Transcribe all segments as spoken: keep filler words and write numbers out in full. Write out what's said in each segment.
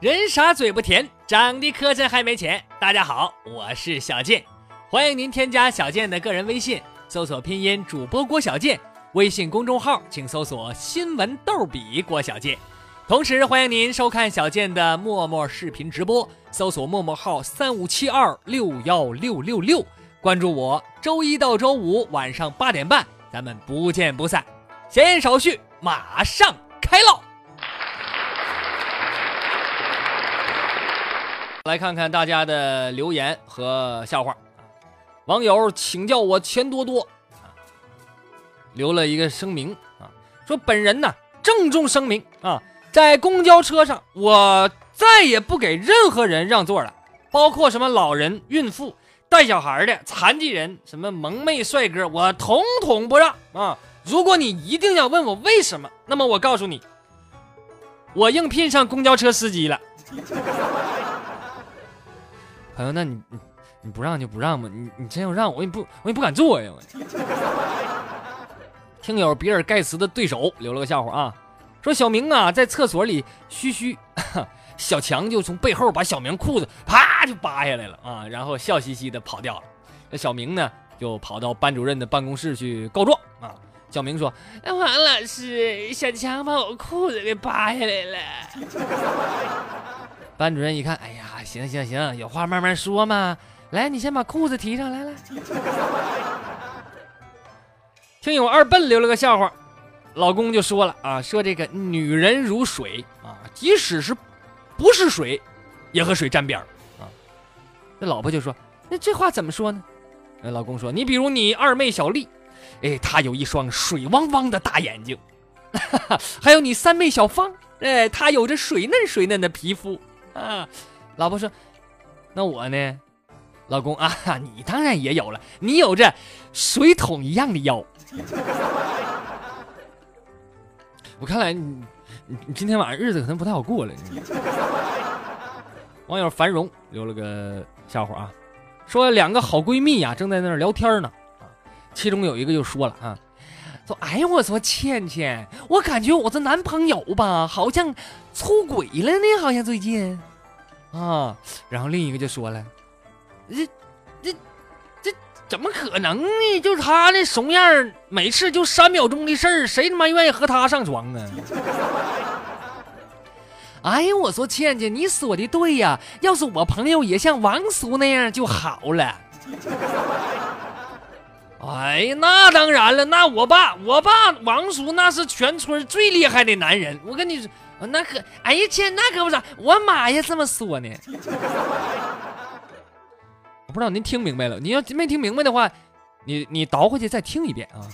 人傻嘴不甜，长得磕碜还没钱。大家好，我是小健，欢迎您添加小健的个人微信，搜索拼音主播郭小健，微信公众号请搜索新闻逗比郭小健。同时欢迎您收看小健的陌陌视频直播，搜索陌陌号三五七二六幺六六六，关注我，周一到周五晚上八点半，咱们不见不散。闲言少叙，马上开唠。来看看大家的留言和笑话。网友请叫我钱多多留了一个声明啊，说本人呢郑重声明啊，在公交车上我再也不给任何人让座了，包括什么老人、孕妇、带小孩的、残疾人、什么萌妹帅哥，我统统不让啊！如果你一定要问我为什么，那么我告诉你，我应聘上公交车司机了。朋友，那你你你不让就不让吧，你你真要让我也不我也不敢坐呀。听友比尔盖茨的对手留了个笑话啊，说小明啊在厕所里嘘嘘，小强就从背后把小明裤子啪就扒下来了啊，然后笑嘻嘻的跑掉了。那小明呢就跑到班主任的办公室去告状啊。小明说：“王老师，小强把我裤子给扒下来了。”班主任一看，哎呀，行行行，有话慢慢说嘛。来，你先把裤子提上来，来。听友二笨留了个笑话，老公就说了啊，说这个女人如水啊，即使是不是水，也和水沾边啊。那老婆就说，那这话怎么说呢？那老公说，你比如你二妹小丽，哎，她有一双水汪汪的大眼睛，还有你三妹小芳，哎，她有着水嫩水嫩的皮肤。啊，老婆说，那我呢？老公啊，你当然也有了，你有着水桶一样的腰。我看来你你你今天晚上日子可能不太好过了。网友樊荣留了个笑话啊，说两个好闺蜜啊正在那儿聊天呢啊，其中有一个就说了啊，说哎呀，我说倩倩，我感觉我这男朋友吧好像出轨了呢，好像最近啊。然后另一个就说了，这这这怎么可能呢？就他那怂样，每次就三秒钟的事儿，谁他妈愿意和他上床啊？哎呀，我说倩倩，你说的对呀，要是我朋友也像王叔那样就好了。哎，那当然了，那我爸我爸王叔那是全村最厉害的男人，我跟你说，那可哎呀切，那可不是，我妈也这么说呢。我不知道您听明白了，你要没听明白的话，你你倒回去再听一遍啊。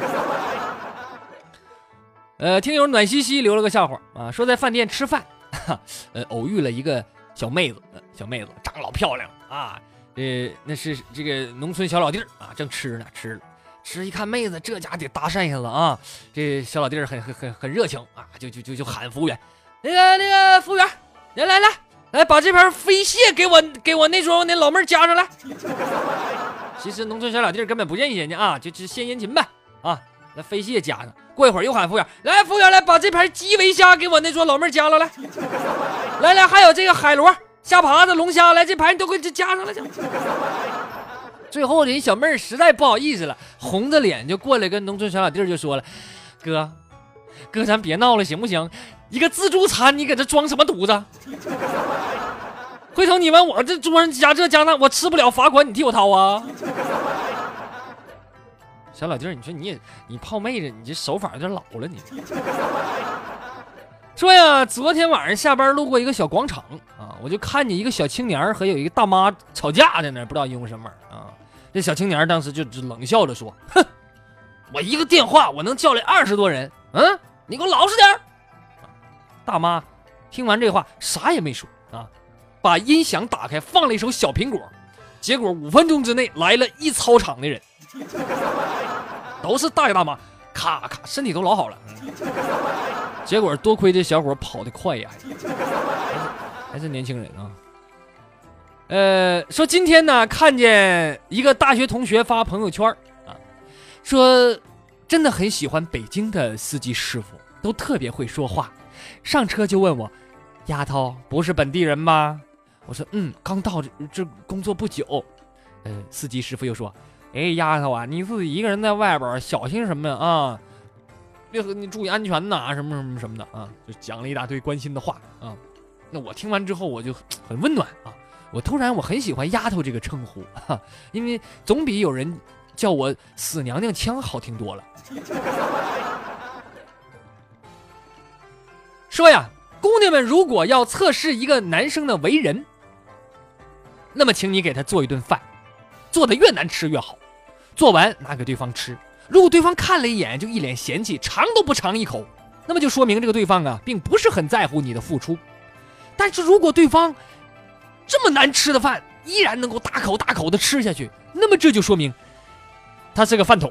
呃，听友暖西西留了个笑话啊，说在饭店吃饭，呃，偶遇了一个小妹子，呃、小妹子长老漂亮啊。呃，那是这个农村小老弟儿啊，正吃呢，吃了吃一看妹子，这家得搭讪一下子啊。这小老弟儿很很很很热情啊，就就就就喊服务员，那个那个服务员，来来来来，把这盘飞蟹给我给我那桌那老妹儿加上来。其实农村小老弟儿根本不认识人家啊，就就献殷勤呗啊，那飞蟹加上。过一会儿又喊服务员，来服务员来把这盘基围虾给我那桌老妹儿加了来。来来，还有这个海螺。虾爬子、龙虾，来这盘你都给这加上了。最后人小妹儿实在不好意思了，红着脸就过来跟农村小老弟就说了：“哥，哥，咱别闹了，行不行？一个自助餐，你搁这装什么犊子？回头你往我这桌上加这加那，我吃不了，罚款你替我掏啊！”小老弟，你说你也你泡妹子，你这手法有点老了，你。说呀，昨天晚上下班路过一个小广场啊，我就看见一个小青年和有一个大妈吵架在那儿，不知道因为什么啊。这小青年当时就冷笑着说：“哼，我一个电话我能叫来二十多人，嗯，你给我老实点。”大妈听完这话啥也没说啊，把音响打开放了一首小苹果，结果五分钟之内来了一操场的人，都是大爷大妈，咔咔身体都老好了。嗯结果多亏这小伙跑得快呀，还是, 还是年轻人啊。呃，说今天呢看见一个大学同学发朋友圈啊，说真的很喜欢北京的司机师傅，都特别会说话，上车就问我丫头不是本地人吗？我说嗯，刚到这这工作不久。呃，司机师傅又说，哎，丫头啊，你自己一个人在外边小心什么呀啊？别和你注意安全呐，什么什么什么的啊，就讲了一大堆关心的话啊。那我听完之后我就很温暖啊，我突然我很喜欢丫头这个称呼，哈，因为总比有人叫我死娘娘腔好听多了。说呀，姑娘们如果要测试一个男生的为人，那么请你给他做一顿饭，做的越难吃越好，做完拿给对方吃，如果对方看了一眼就一脸嫌弃，尝都不尝一口，那么就说明这个对方啊并不是很在乎你的付出。但是如果对方这么难吃的饭依然能够大口大口的吃下去，那么这就说明他是个饭桶。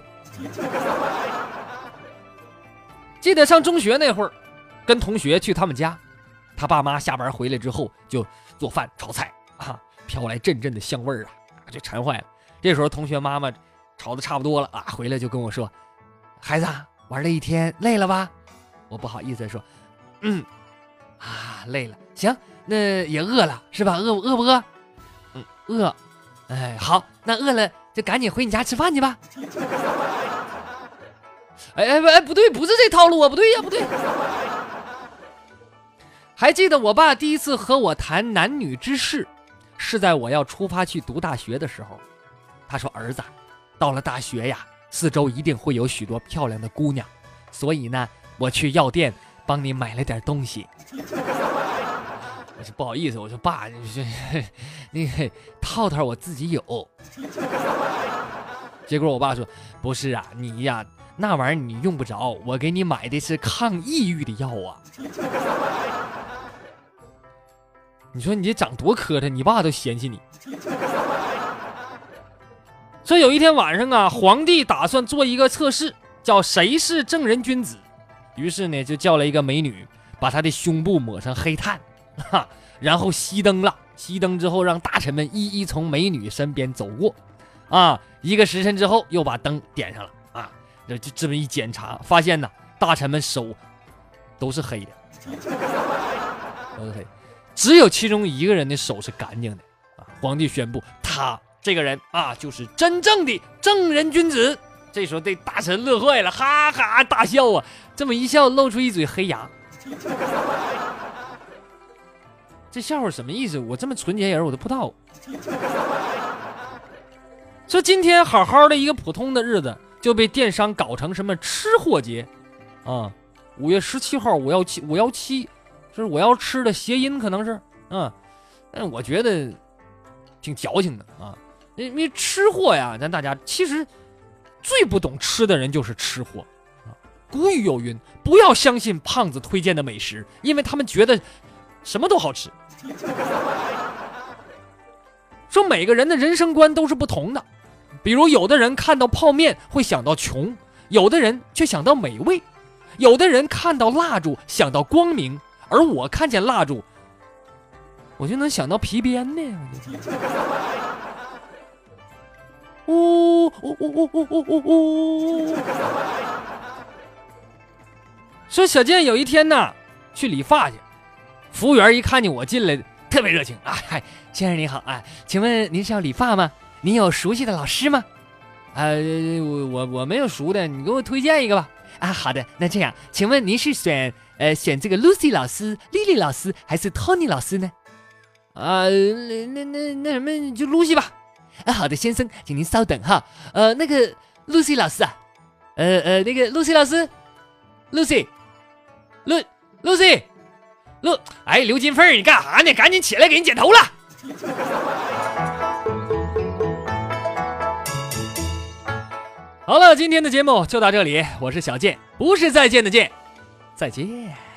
记得上中学那会儿，跟同学去他们家，他爸妈下班回来之后就做饭炒菜啊，飘来阵阵的香味儿啊，就馋坏了。这时候同学妈妈炒的差不多了啊，回来就跟我说，孩子玩了一天累了吧？我不好意思说，嗯啊累了。行，那也饿了是吧？饿饿不饿？嗯，饿。哎，好，那饿了就赶紧回你家吃饭去吧。哎哎哎，不对，不是这套路啊，不对呀，不对。还记得我爸第一次和我谈男女之事，是在我要出发去读大学的时候。他说：“儿子，到了大学呀，四周一定会有许多漂亮的姑娘，所以呢，我去药店帮你买了点东西。”我说不好意思，我说爸，那个套套我自己有。结果我爸说，不是啊，你呀那玩意儿你用不着，我给你买的是抗抑郁的药啊。你说你这长多磕碜，你爸都嫌弃你。所以有一天晚上啊，皇帝打算做一个测试，叫谁是正人君子，于是呢就叫了一个美女，把她的胸部抹上黑炭，哈，然后熄灯了。熄灯之后，让大臣们一一从美女身边走过，啊，一个时辰之后又把灯点上了，啊，就这么一检查，发现呢，大臣们手都是黑的，都是黑，只有其中一个人的手是干净的，啊，皇帝宣布他这个人啊，就是真正的正人君子。这时候这大臣乐坏了，哈哈大笑啊，这么一笑，露出一嘴黑牙。这笑话什么意思？我这么纯洁人我都不知道。说今天好好的一个普通的日子就被电商搞成什么吃货节啊！五月十七号我要七我要七，就是我要吃的谐音可能是啊，但我觉得挺矫情的啊，因为吃货呀，咱大家其实最不懂吃的人就是吃货啊。古语有云，不要相信胖子推荐的美食，因为他们觉得什么都好吃。说每个人的人生观都是不同的，比如有的人看到泡面会想到穷，有的人却想到美味，有的人看到蜡烛想到光明，而我看见蜡烛我就能想到皮鞭呢。呜呜呜呜呜呜呜呜！说小健有一天呢去理发去，服务员一看见我进来特别热情啊，嗨，先生你好啊，请问您是要理发吗？您有熟悉的老师吗？呃，我我我没有熟的，你给我推荐一个吧。啊，好的，那这样，请问您是选呃选这个 Lucy 老师、Lily 老师还是 Tony 老师呢？啊，那那那那什么，就 Lucy 吧。啊，好的，先生，请您稍等哈。呃，那个 Lucy 老师啊，呃呃，那个 Lucy 老师 ，Lucy，Lu Lucy。乐，哎，刘金凤，你干啥呢？赶紧起来，给你剪头了。好了，今天的节目就到这里，我是小健，不是再见的见，再见。